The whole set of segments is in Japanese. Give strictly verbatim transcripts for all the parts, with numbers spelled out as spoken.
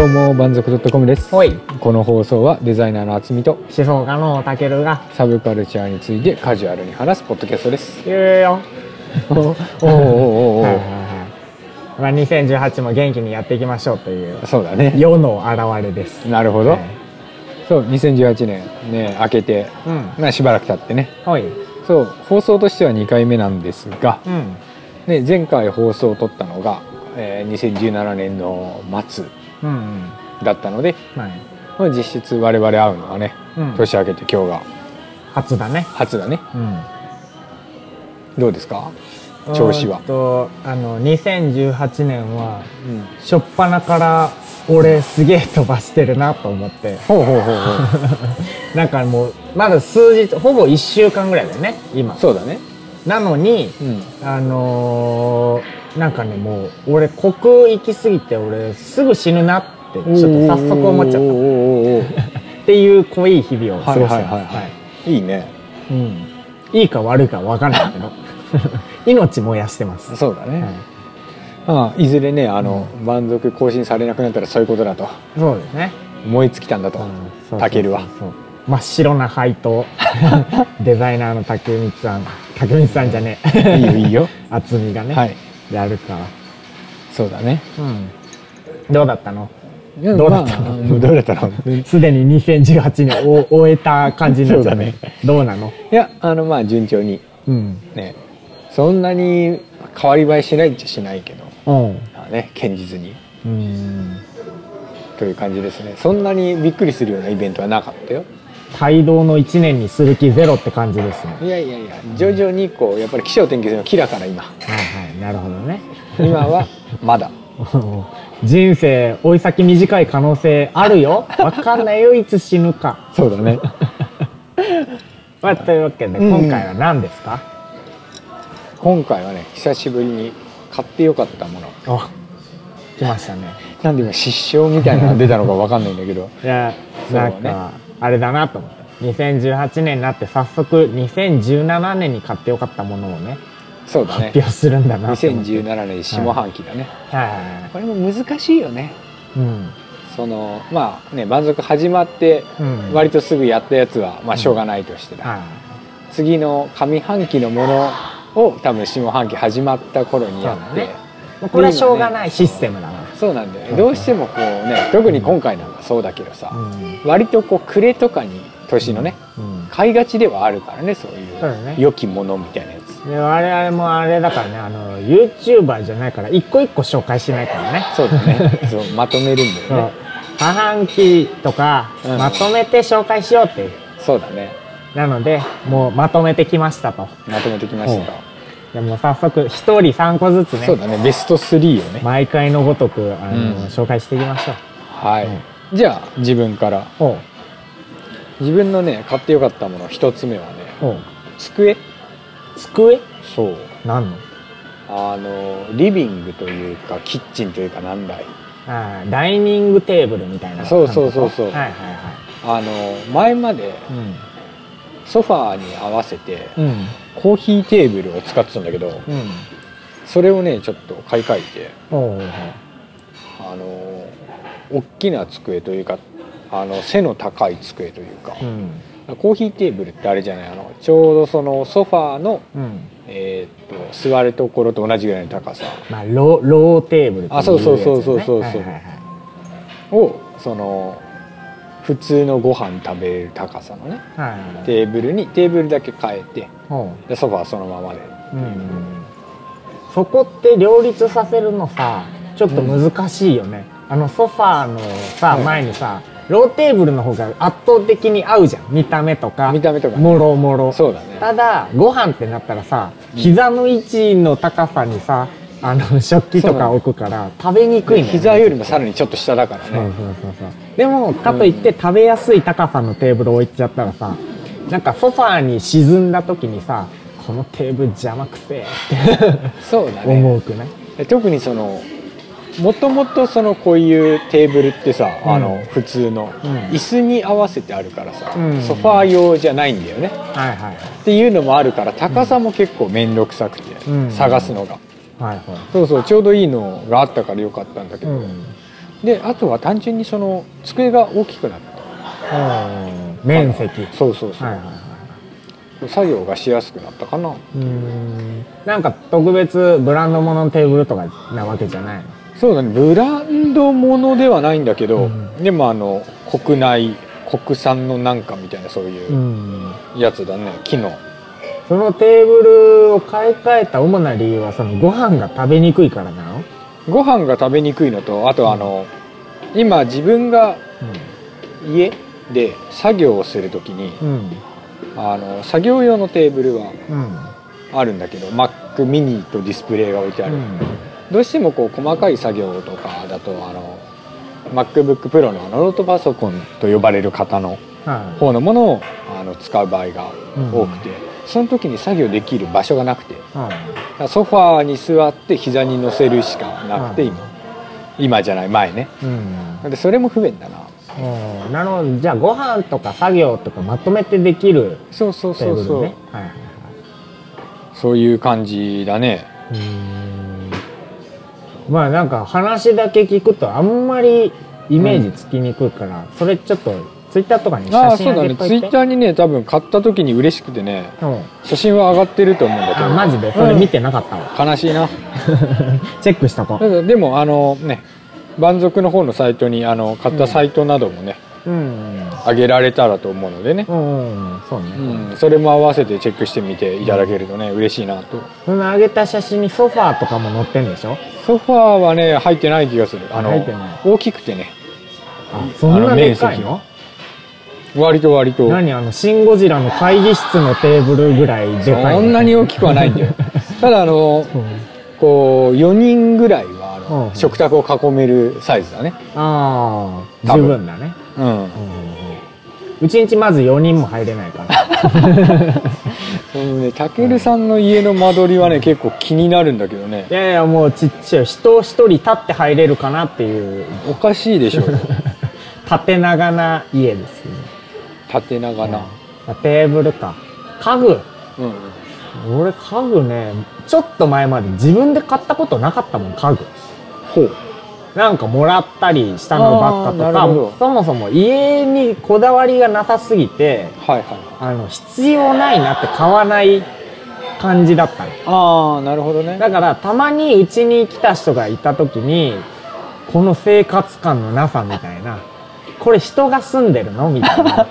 も満足 .com です。 はい。 この放送はデザイナーのあつみと思想家のたけるがサブカルチャーについてカジュアルに話すポッドキャストです。 言うよ。 おおおおおお。 はいはいはい。まあにせんじゅうはちも元気にやっていきましょうという。 そうだね。 世の表れです。 なるほど。 はい、 そうにせんじゅうはちねんね明けて、うん、まあしばらく経ってね。 はい。 そう放送としてはにかいめなんですが、 うん、 ね前回放送を撮ったのが、えー、にせんじゅうななねんの末だったので、うんうん、実質我々会うのはね、うん、年明けて今日が初だね。 初だね。 うん、 どうですか？調子は。 とあのにせんじゅうはちねんは、うん、初っ端から俺すげえ飛ばしてるなと思って。 ほうほうほうほう。なんかもうまだ数日ほぼいっしゅうかんぐらいだよね今。 そうだね。 なのに、うん、あのー、なんかねもう俺虚空行き過ぎて俺すぐ死ぬなってちょっと早速思っちゃったっていう濃い日々を過ごしてます。 いいね。 うん。いいか悪いか分かんないけど命燃やしてます。 そうだね。はい、ああいずれねあの、うん、満足更新されなくなったらそういうことだと。 そうですね。 燃え尽きたんだと。たけるは。 真っ白な灰とデザイナーの竹光さん竹光さんじゃねえいいよいいよ厚みがね、はい、やるから。 そうだね。 うん。どうだったの？ どうだったの？どうだったの？ すでににせんじゅうはちねんを終えた感じになっちゃうね。どうなの？ いやあのまあ順調に、うん、ねそんなに変わり映えしないっちゃしないけど、うん、ね堅実にうんという感じですね。そんなにびっくりするようなイベントはなかったよ。 帯同のいちねんにする気ゼロって感じですね。 いやいやいや徐々にこうやっぱり起承転結の木だから今。 はいはいなるほどね。 今はまだ人生追い先短い可能性あるよ。わかんないよいつ死ぬか。 そうだね。 まあというわけで、うん、今回は何ですか？ 今回はね久しぶりに買ってよかったもの。 あ来ましたね。 なんで今失笑みたいなのが出たのかわかんないんだけどいやなんか、ね、あれだなと思ってにせんじゅうはちねんになって早速にせんじゅうななねんに買ってよかったものをねそうだね発表するんだなとにせんじゅうななねん下半期だね、 はいはいはい、 これも難しいよね、うん、そのまあね満足始まって割とすぐやったやつはまあしょうがないとしてだ、うんはい、次の上半期のものを多分下半期始まった頃にやって、ね、 これはしょうがないシステムだな。 そうなんだよね。どうしてもこうね特に今回なんかそうだけどさ、うん、割とこう暮れとかに年のね、うん、買いがちではあるからねそういう良きものみたいなやつ。 で我々もあれだからねあの YouTuber じゃないから一個一個紹介しないからね。 そうだね。そうまとめるんだよね。 下半期とか、うん、まとめて紹介しようっていう。 そうだね。 なのでもうまとめてきましたと。 まとめてきましたと。 でも早速ひとりさんこずつね。 そうだねベストスリーをね毎回のごとくあの、うん、紹介していきましょう。 はい、うん、じゃあ自分から自分のね買ってよかったもの一つ目はね机。 机？ そう何の？ あのリビングというかキッチンというか何だいあダイニングテーブルみたいな。 そうそうそうそう。はいはいはい。 あの前まで、うんソファーに合わせて、うん、コーヒーテーブルを使ってたんだけど、うん、それをねちょっと買い替えて、うん、あの大きな机というかあの背の高い机というか、うん、コーヒーテーブルってあれじゃないあのちょうどそのソファーの、うん、えー、っと座るところと同じぐらいの高さ、 まあ、ロ, ローテーブルっていうやつ、ね、 あそうそうそうそうそうそう、はいはいはい、をその普通のご飯食べれる高さのね、はいはいはい、テーブルにテーブルだけ変えて、でソファーそのままで、うんうん、 そこって両立させるのさちょっと難しいよね、うん、あのソファーのさ、うん、前にさローテーブルの方が圧倒的に合うじゃん見た目とか見た目とか、ね、 もろもろそうだね。 ただご飯ってなったらさ膝の位置の高さにさあの食器とか置くから食べにくいね。 膝よりもさらにちょっと下だからね。 そうそうそうそう。でもかといって食べやすい高さのテーブル置いちゃったらさ、なんかソファーに沈んだ時にさこのテーブル邪魔くせえってそうだね思うくない？ 特にそのもともとそのこういうテーブルってさ、うん、あの普通の椅子に合わせてあるからさ、うん、ソファー用じゃないんだよね、はいはい、っていうのもあるから高さも結構面倒くさくて、うん、探すのが、はいはい、そうそうちょうどいいのがあったからよかったんだけど、うん、 であとは単純にその机が大きくなった、 面積。 そうそうそう、はいはいはい、作業がしやすくなったかな。 うん、なんか特別ブランド物のテーブルとかなわけじゃないの？ そうだね、ブランド物ではないんだけど、うん、でもあの国内国産のなんかみたいなそういうやつだね、木の。 そのテーブルを買い替えた主な理由はそのご飯が食べにくいからなの？ ご飯が食べにくいのと、あとあの、うん、今自分が家で作業をするときに、うん、あの作業用のテーブルはあるんだけど、うん、Mac mini とディスプレイが置いてある、うん、どうしてもこう細かい作業とかだとあの MacBook Pro のノートパソコンと呼ばれる型の方のものをあの使う場合が多くて、うん、その時に作業できる場所がなくて、うん、ソファーに座って膝に乗せるしかなくて、うん、今今じゃない前ね、うん、でそれも不便だな。 なるほど。じゃあご飯とか作業とかまとめてできるテーブルね。 そうそうそうそう、はいはいはい、そういう感じだね。うーん、まあなんか話だけ聞くとあんまりイメージつきにくいから、うん、それちょっとツイッターとかに写真上げといて。ああ、そうだね。ツイッターにね、多分買った時に嬉しくてね、うん、写真は上がってると思うんだけど。 あ、マジでそれ見てなかったわ、 うん、悲しいな。 チェックしとこう。 でもあのね、万族の方のサイトにあの買ったサイトなどもね、うん、上げられたらと思うのでね、うんうん、そうね、うん、それも合わせてチェックしてみていただけるとね、うん、嬉しいなと。 その上げた写真にソファーとかも載ってんでしょ？ ソファーはね入ってない気がする。あの入ってない。大きくてね。 あ、そんなでかいの？ 割と割と。 何、あのシン・ゴジラの会議室のテーブルぐらいでかい？ そんなに大きくはないんだよ。ただあの、うん、こうよにんぐらいはあの、うん、食卓を囲めるサイズだね。 ああ、十分だね。うん。うん、うちんちまずよにんも入れないから。 そのね、たけるさんの家の間取りはね、結構気になるんだけどね。 いやいや、もうちっちゃい、人一人立って入れるかなっていう。 おかしいでしょ。 縦長な家ですね。 縦長な、 うん、テーブルか。家具、うん、俺家具ね、ちょっと前まで自分で買ったことなかったもん、家具。ほう。なんかもらったりしたのばっかとか、そもそも家にこだわりがなさすぎて、はいはい、あの必要ないなって買わない感じだったの。 ああ、なるほどね。 だからたまにうちに来た人がいた時に、この生活感のなさみたいな、これ人が住んでるのみたいな。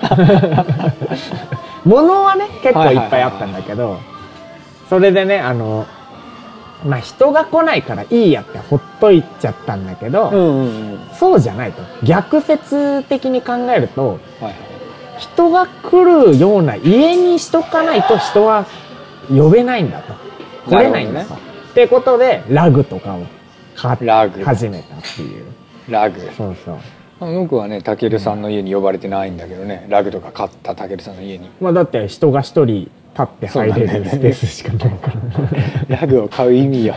物はね結構いっぱいあったんだけど、それでね、あのまあ人が来ないからいいやってほっといちゃったんだけど、うんうんうん、そうじゃないと。逆説的に考えると、はいはい、人が来るような家にしとかないと人は呼べないんだと。来れないんだと。ね、ってことでラグとかを買い始めたっていう。 ラグ。 そうそう。 僕はね、たけるさんの家に呼ばれてないんだけどね、ラグとか買ったたけるさんの家に。 まあだって人が一人立って入れるスペースしかないから。 ラグを買う意味よ。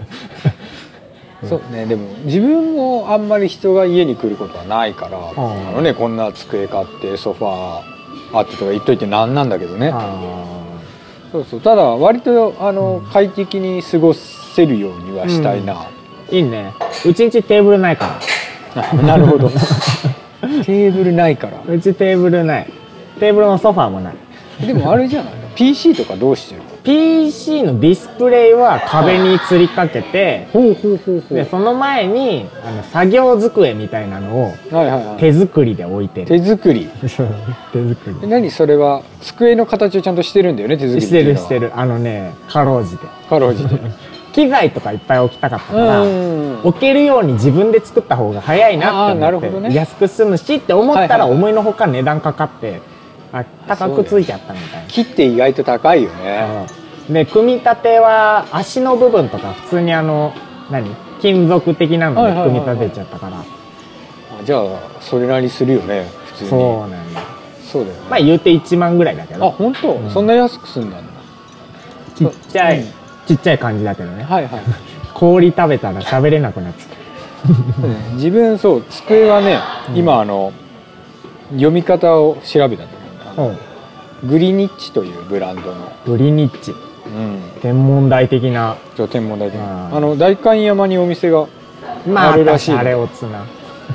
そうね、でも自分もあんまり人が家に来ることはないから、あのね、こんな机買ってソファーあってとか言っといてなんなんだけどね。そうそう。ただ割とあの、うん、快適に過ごせるようにはしたいな。 うん、いいね。うちんちテーブルないから。 なるほど。テーブルないから。 うちテーブルない。テーブルのソファーもない。 でもあれじゃないの？ ピーシー とかどうしてるの？ ピーシー のディスプレイは壁に吊りかけて、ほうほうほうほう。でその前にあの作業机みたいなのを手作りで置いてる。 手作り。 手作り。 何それは机の形をちゃんとしてるんだよね、手作りっていうのは。 してるしてる。あのね、かろうじて。 かろうじて。 機材とかいっぱい置きたかったから置けるように自分で作った方が早いなって思って、ね、安く済むしって思ったら思いのほか値段かかってあ高くついちゃったみたいな。 木って意外と高いよね。 で組み立ては足の部分とか普通にあの何金属的なので組み立てちゃったから、 じゃあそれなりにするよね普通に。 そうなんだ。 そうだよね。 まあ言うていちまんぐらいだけど。 あ、本当、うん、そんな安く済んだんだ。 ちっちゃい、うん、ちっちゃい感じだけどね。はいはい。氷食べたら喋れなくなっちゃう。自分そう机はね、うん、今あの読み方を調べたんだけど、うん、グリニッチというブランドの。 グリニッチ。うん。天文台的な。 そう天文台的な。あの代官山にお店があるらしい。 まあ、あれをつな。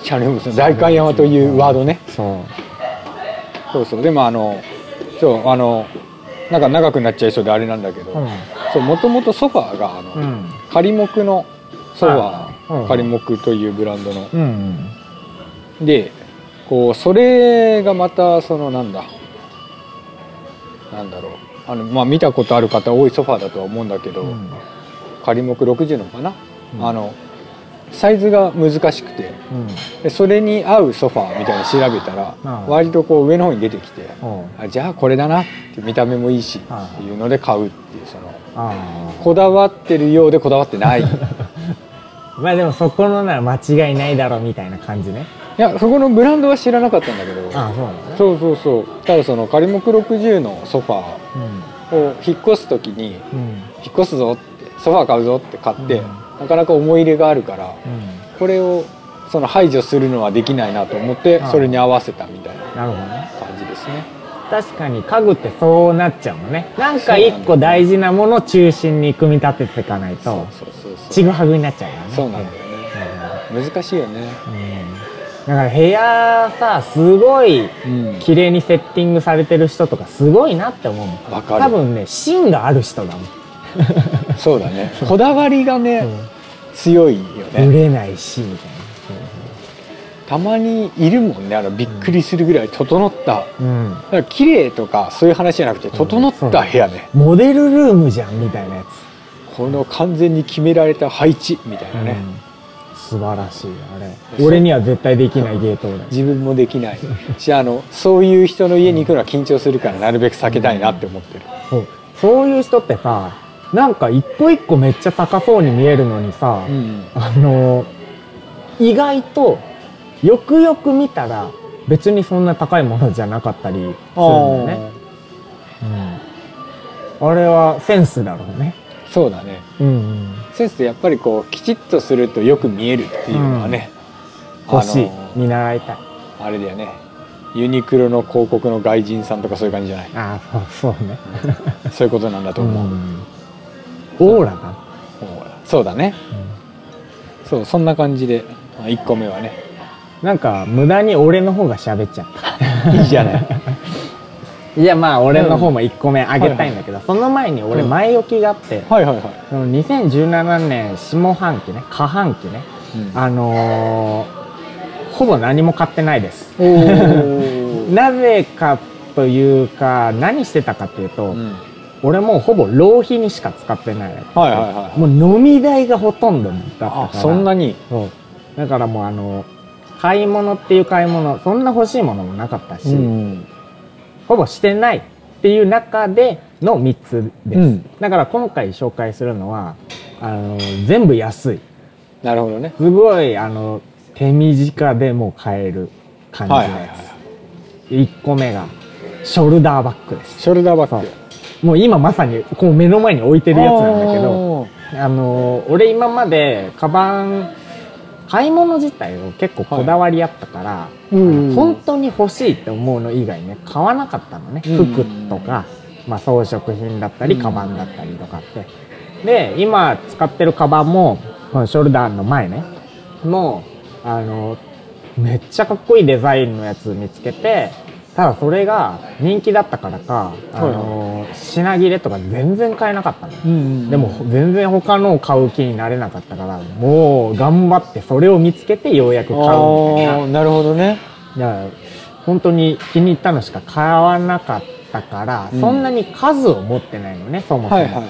チャルムスの代官山というワードね。 そうそうそう。でもあのそうあのなんか長くなっちゃいそうであれなんだけど、うん、そうもともとソファーがあの、うん、仮木のソファー、うん、仮木というブランドの、うんうん、でこうそれがまたそのなんだなんだろうあのまあ見たことある方多いソファーだとは思うんだけど、うん、仮木ろくじゅうのかな、うん、あのサイズが難しくて、うん、でそれに合うソファーみたいに調べたら、うん、割とこう上の方に出てきて、うん、あじゃあこれだなって見た目もいいしっていうので買うっていうそのこだわってるようでこだわってないまあでもそこのなら間違いないだろうみたいな感じね。 いやそこのブランドは知らなかったんだけど、 ああそうなんだね。 そうそうそう。ただその仮木ろくじゅうのソファーを引っ越す時に、うん、引っ越すぞってソファー買うぞって買って、うん、なかなか思い入れがあるから、うん、これをその排除するのはできないなと思ってそれに合わせたみたいな感じですね。 確かに家具ってそうなっちゃうのね。なんか一個大事なものを中心に組み立てていかないとちぐはぐになっちゃうよね。 そうなんだよね、うん、難しいよね、 うん、だから部屋さすごい綺麗にセッティングされてる人とかすごいなって思うもん。 わかる。 多分ね芯がある人だもんそうだねこだわりがね、うん、強いよね。 売れないしみたいな。 たまにいるもんねあのびっくりするぐらい整った、うん、だから綺麗とかそういう話じゃなくて整った部屋ね、 うん、モデルルームじゃんみたいなやつ。 この完全に決められた配置みたいなね、 うん、素晴らしいあれ。俺には絶対できないゲートだ。 自分もできないしあのそういう人の家に行くのは緊張するからなるべく避けたいなって思ってる、 うん、そう、そういう人ってさなんか一個一個めっちゃ高そうに見えるのにさ、うん、あの意外とよくよく見たら別にそんな高いものじゃなかったりするんだよね、うん、あれはセンスだろうね。 そうだね、うんうん、センスってやっぱりこうきちっとするとよく見えるっていうのはね、 うん、欲しい、見習いたい。 あれだよねユニクロの広告の外人さんとかそういう感じじゃない。 ああそうね、 うん、そういうことなんだと思う、うん、 オーラだ。 そうだね、うん、そうそんな感じでいっこめはねなんか無駄に俺の方が喋っちゃったいいじゃないいやまあ俺の方もいっこめあげたいんだけど、うんはいはい、その前に俺前置きがあって、うんはいはいはい、そのにせんじゅうななねん下半期ね下半期ね、うん、あのー、ほぼ何も買ってないですなぜかというか何してたかっていうと、うん、俺もうほぼ浪費にしか使ってない、はいはいはい、もう飲み代がほとんどだったから。あそんなに。 そうだからもうあの買い物っていう買い物そんな欲しいものもなかったし、うん、ほぼしてないっていう中でのみっつです、うん、だから今回紹介するのはあの全部安い。 なるほどね。 すごいあの手短でも買える感じのやつ、はいはいはい、いっこめがショルダーバッグです。 ショルダーバッグもう今まさにこう目の前に置いてるやつなんだけどあの俺今までカバン買い物自体を結構こだわりあったから、はいうん、本当に欲しいって思うの以外ね買わなかったのね、うん、服とか、まあ、装飾品だったりカバンだったりとかってで今使ってるカバンもこのショルダーの前ねもうあのめっちゃかっこいいデザインのやつ見つけてただそれが人気だったからか、あのー、品切れとか全然買えなかったの、うんうんうん、でも全然他のを買う気になれなかったからもう頑張ってそれを見つけてようやく買うみたいな。 なるほどね。 だから本当に気に入ったのしか買わなかったから、うん、そんなに数を持ってないのねそもそも、はいはいはい、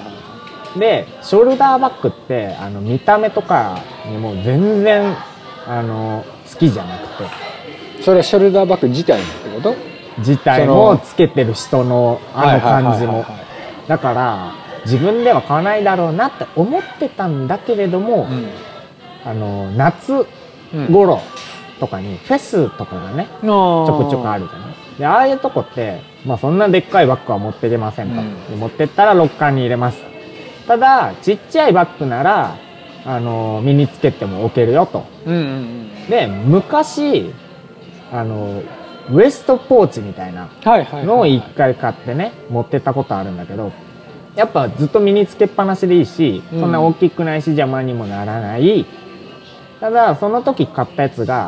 でショルダーバッグってあの見た目とかにも全然あの好きじゃなくて。 それはショルダーバッグ自体ってこと？ 自体もつけてる人のあの感じもだから自分では買わないだろうなって思ってたんだけれども、うん、あの夏頃とかにフェスとかがね、うん、ちょくちょくあるじゃない。でああいうとこって、まあ、そんなでっかいバッグは持っていけませんと、うん、で持ってったらロッカーに入れます。ただちっちゃいバッグならあの身につけても置けるよと、うんうんうん、で昔あのウエストポーチみたいなのを一回買ってね持ってったことあるんだけどやっぱずっと身につけっぱなしでいいし、うん、そんな大きくないし邪魔にもならない。ただその時買ったやつが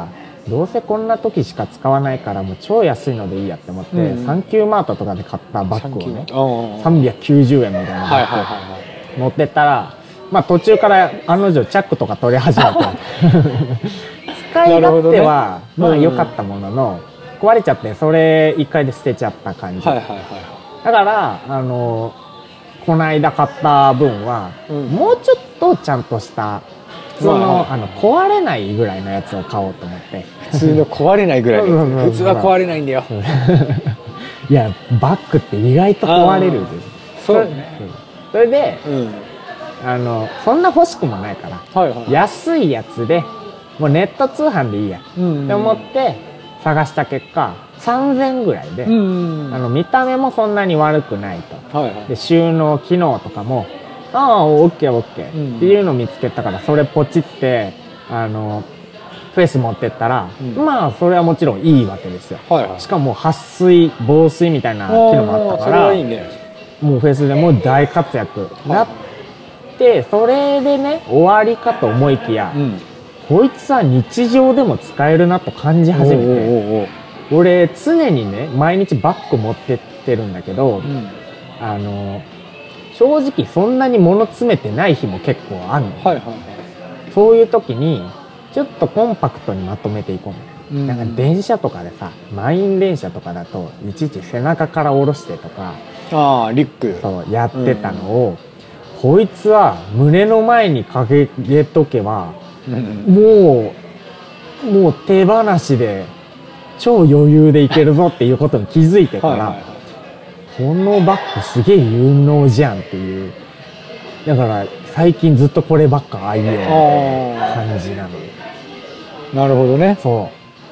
どうせこんな時しか使わないからもう超安いのでいいやって思って、うん、サンキューマートとかで買ったバッグをねさんびゃくきゅうじゅうえんみたいなバッグ持ってったら、まあ途中から案の定チャックとか取り始めて使い勝手はまあ良かったものの、壊れちゃってそれいっかいで捨てちゃった感じ、だからあのこの間買った分は、うん、もうちょっとちゃんとした普通の、まあ、あの壊れないぐらいのやつを買おうと思って。 普通の壊れないぐらいのやつ普通は壊れないんだよいやバッグって意外と壊れるです。 そうね。 それで、うん、あのそんな欲しくもないから、はいはい、安いやつでもうネット通販でいいや、うんうん、って思って探した結果さんぜんえんぐらいで、うんうん、あの見た目もそんなに悪くないと、はいはい、で収納機能とかもああオッケーオッケーっていうのを見つけたから、それポチってあのフェイス持ってったら、うん、まあそれはもちろんいいわけですよ、はいはい、しかも撥水防水みたいな機能もあったから、それはいいね、もうフェイスでもう大活躍なって、はい、それでね終わりかと思いきや、うん、こいつは日常でも使えるなと感じ始めて、おうおうおう、俺常にね毎日バッグ持ってってるんだけど、うん、あの正直そんなに物詰めてない日も結構あるの、はいはいはい、そういう時にちょっとコンパクトにまとめていこう、うん、なんか電車とかでさ満員電車とかだといちいち背中から下ろしてとか、 あリュックそうやってたのを、うん、こいつは胸の前にかけとけば、うん、もうもう手放しで超余裕でいけるぞっていうことに気づいてからはいはい、はい、このバッグすげえ有能じゃんっていう、だから最近ずっとこればっか愛用みたいな感じなの。 なるほどね。そう。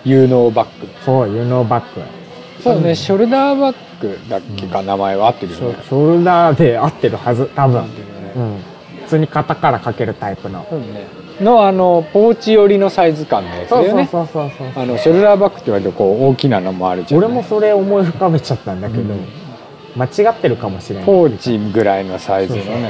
有能バッグ。 そう、有能バッグ。 そうね、うん、ショルダーバッグだっけか、うん、名前は合ってるよね。 ショルダーで合ってるはず、多分。ね、うん。普通に肩からかけるタイプの。 うんね。のあのポーチ寄りのサイズ感のやつだよね。そうそうそうそう。あのショルダーバッグって言われるとこう大きなのもあるじゃん、ね。俺もそれ思い深めちゃったんだけど、うん、間違ってるかもしれない。 ポーチぐらいのサイズのね。そうそう、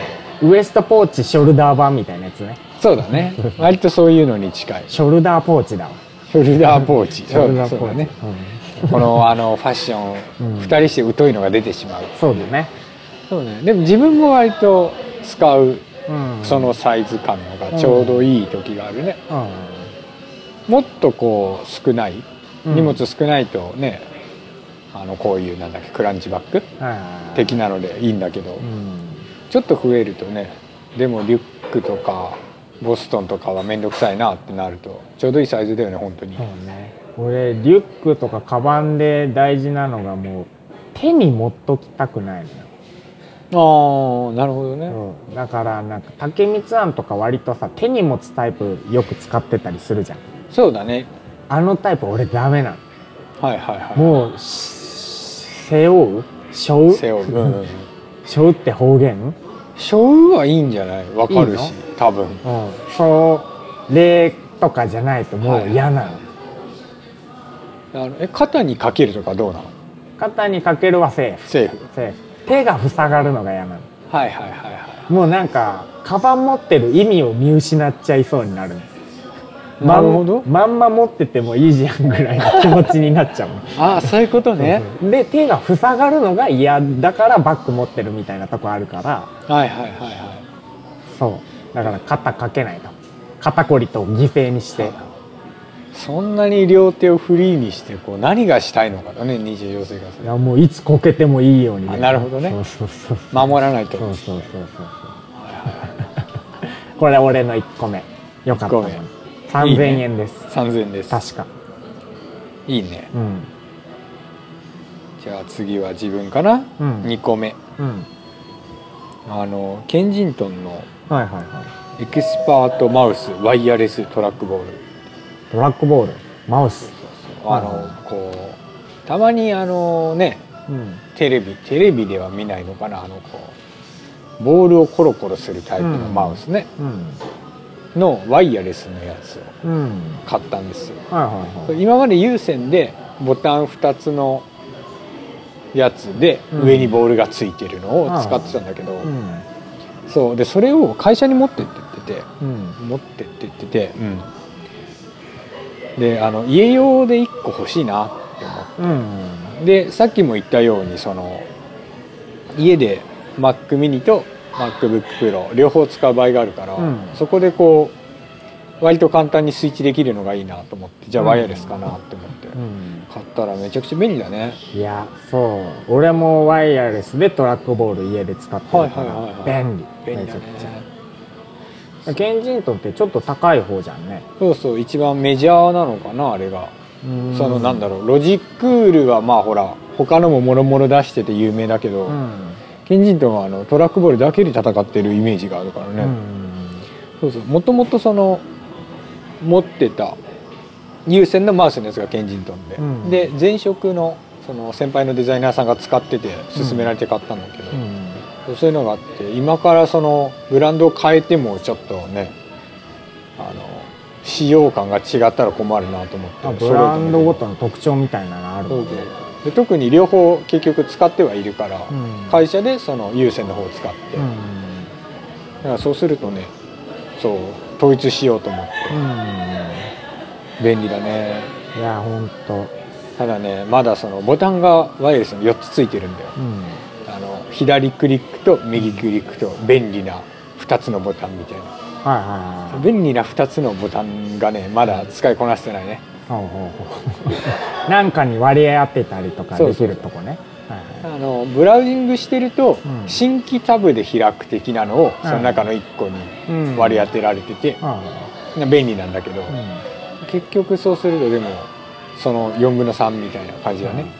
ウエストポーチショルダー版みたいなやつね。 そうだね。割とそういうのに近い。 ショルダーポーチだわ。 ショルダーポーチ。ショルダーポーチね。うん、このあのファッション、うん、ふたりして疎いのが出てしまう。 そうだね。 そうね。でも自分も割と使う、うん、そのサイズ感のがちょうどいい時があるね。うんうん、もっとこう少ない、荷物少ないとね、あのこういうなんだっけクランチバッグ的なのでいいんだけど。うん、ちょっと増えるとね、でもリュックとかボストンとかは面倒くさいなってなるとちょうどいいサイズだよね本当に。そうね。俺リュックとかカバンで大事なのがもう手に持っときたくないのよ。 ああなるほどね。 うん、だからなんか竹光庵とか割とさ手に持つタイプよく使ってたりするじゃん。 そうだね。 あのタイプ俺ダメなの。 はいはいはい。 もう背負う背負う背負う、うんうん、 背負うって方言背負うはいいんじゃない？わかるしいい多分、うん、 それとかじゃないともう嫌なの、はい、 あのえ肩にかけるとかどうなの？ 肩にかけるはセーフセーフセーフ。手が塞がるのが嫌なの。 はいはいはいはい。 もうなんかカバン持ってる意味を見失っちゃいそうになる。 なるほど。 まんま持っててもいいじゃんぐらいの気持ちになっちゃうああそういうことね。 そうそうで手が塞がるのが嫌だからバッグ持ってるみたいなとこあるから。 はいはいはいはい。 そうだから肩かけないと肩こりと犠牲にして。 そんなに両手をフリーにしてこう何がしたいのかだね日常生活で。 いやもういつこけてもいいように、 ね、なるほどね。 そうそうそう守らないと。 そうそうそうそうこれ俺のいっこめよかったね。さんぜんえんです。 いいね、さんぜんえんです。 確かいいね、うん、じゃあ次は自分かな、うん、にこめ、うん、あのケンジントンのエキスパートマウスワイヤレストラックボール。 トラックボールマウス。そうそうそうあの、はい、こうたまにあのね、うん、テレビテレビでは見ないのかなあのこうボールをコロコロするタイプのマウスね、うんうんのワイヤレスのやつを買ったんですよ、うんはいはいはい、今まで有線でボタンふたつのやつで上にボールがついてるのを使ってたんだけど、うん、そうでそれを会社に持ってってってて、うん、持ってってってて、うん、 であの家用でいっこ欲しいなって思って、うん、でさっきも言ったようにその家で Mac mini と MacBook Pro 両方使う場合があるから、うん、そこでこう割と簡単にスイッチできるのがいいなと思って、じゃあワイヤレスかなって思って、うん、買ったらめちゃくちゃ便利だね。 いやそう俺もワイヤレスでトラックボール家で使ってるから便利便利だね。ケンジントンってちょっと高い方じゃんね。 そうそう一番メジャーなのかなあれが。そのなんだろうロジックールはまあほら他のももろもろ出してて有名だけど、うん、ケンジントンはあのトラックボールだけで戦ってるイメージがあるからね、うん、そうそうもともとその持ってた有線のマウスのやつがケンジントンで、うん、で前職のその先輩のデザイナーさんが使ってて勧められて買ったんだけど、うん、そういうのがあって今からそのブランドを変えてもちょっとねあの使用感が違ったら困るなと思って。 ブランドごとの特徴みたいなのあるので、 で特に両方結局使ってはいるから、うん、会社でその有線の方を使って、うん、だからそうするとねそう統一しようと思って、うん、便利だね。 いやほんとただねまだそのボタンがワイヤレスによっつついてるんだよ、うん、あの左クリックと右クリックと便利なふたつのボタンみたいな、はいはいはい、便利なふたつのボタンがねまだ使いこなせてないね。 なんかに割り当てたりとかできるとこね。 あのブラウジングしてると、うん、新規タブで開く的なのをその中のいっこに割り当てられてて、うん、便利なんだけど、うん、結局そうするとでもそのよんぶんのさんみたいな感じだね、うん、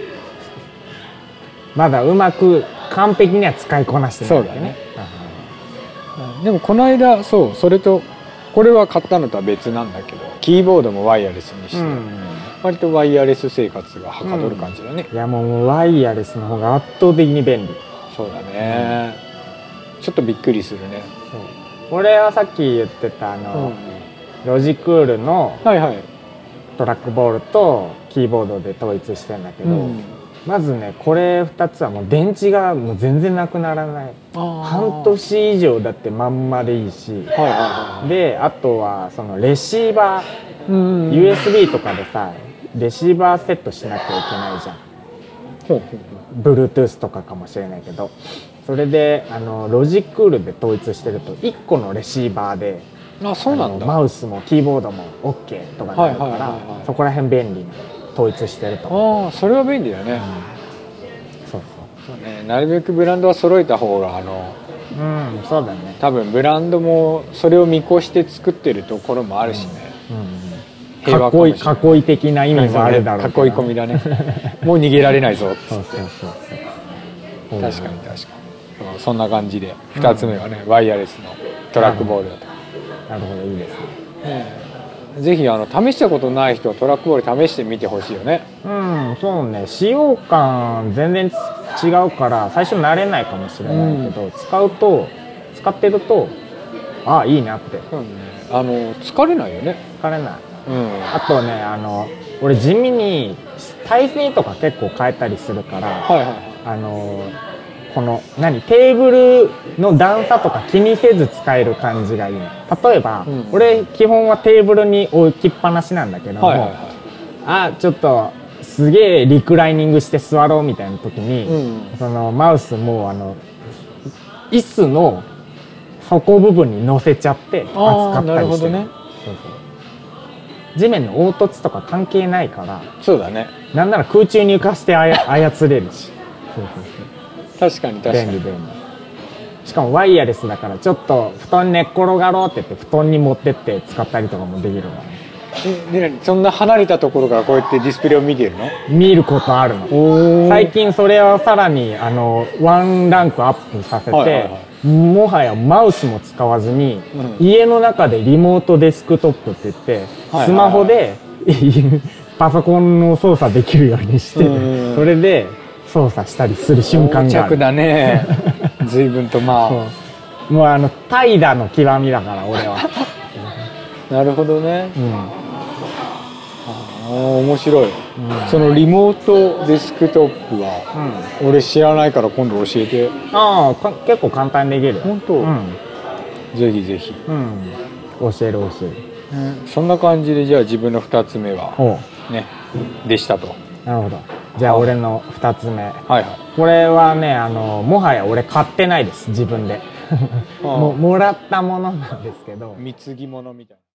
まだうまく完璧には使いこなしてない、ね、そうだね、 うん、でもこの間そうそれとこれは買ったのとは別なんだけどキーボードもワイヤレスにして、うん、割とワイヤレス生活がはかどる感じだね、 うん、いやもうワイヤレスの方が圧倒的に便利。 そうだね、うん、ちょっとびっくりするね。 そう俺はさっき言ってたあの、うん、ロジクールのトラックボールとキーボードで統一してんだけど、うん、まずねこれふたつはもう電池がもう全然なくならない。半年以上だってまんまでいいし、はいはいはい、であとはそのレシーバー、うんうん、ユーエスビー とかでさレシーバーセットしなきゃいけないじゃん。Bluetooth とかかもしれないけどそれであのロジクールで統一してるといっこのレシーバーであそうなんだマウスもキーボードも OK とかになるから、はいはいはいはい、そこら辺便利に統一してると。 ああそれは便利だね、うん、そうそうね、なるべくブランドは揃えた方があのうんそうだね多分ブランドもそれを見越して作ってるところもあるしね、うんうん囲い囲い的な意味もあるだろうけど囲い込みだねもう逃げられないぞってそうそうそうそう確かに確かにそんな感じでふたつめはね、うん、ワイヤレスのトラックボールだと。 なるほどいいですね、 ね、ぜひあの試したことない人はトラックボール試してみてほしいよね。 うんそうね使用感全然違うから最初慣れないかもしれないけど、うん、使うと使ってるとああいいなって、 うんね、あの疲れないよね。 疲れないうん、あとねあの俺地味に体勢とか結構変えたりするから、はいはいはい、あのこの何テーブルの段差とか気にせず使える感じがいい。例えば、うん、俺基本はテーブルに置きっぱなしなんだけども、はいはいはい、あちょっとすげえリクライニングして座ろうみたいな時に、うん、そのマウスもあの椅子の底部分に乗せちゃって扱ったりしてる。なるほどね。そうそう地面の凹凸とか関係ないからそうだねなんなら空中に浮かして操れるしそうそうそう確かに確かに便利便利しかもワイヤレスだからちょっと布団寝っ転がろうって言って布団に持ってって使ったりとかもできるからね。 えで何そんな離れたところからこうやってディスプレイを見てるの？ 見ることあるの。最近それをさらにあのワンランクアップさせて、はいはいはい、もはやマウスも使わずに、うん、家の中でリモートデスクトップって言って、はいはいはい、スマホでパソコンの操作できるようにして、うん、それで操作したりする瞬間がある。 着だね随分とまあもうあの怠惰の極みだから俺はなるほどね、うんあ面白い、うん、そのリモートデスクトップは、うん、俺知らないから今度教えて。 ああ結構簡単にできる。 本当、うん、ぜひぜひ、 うん、教える教えるうん、そんな感じでじゃあ自分のふたつめはねでしたと。 なるほど。じゃあ俺のふたつめ、はいはい、 これはねあのもはや俺買ってないです自分でももらったものなんですけど、 貢ぎ物みたいな。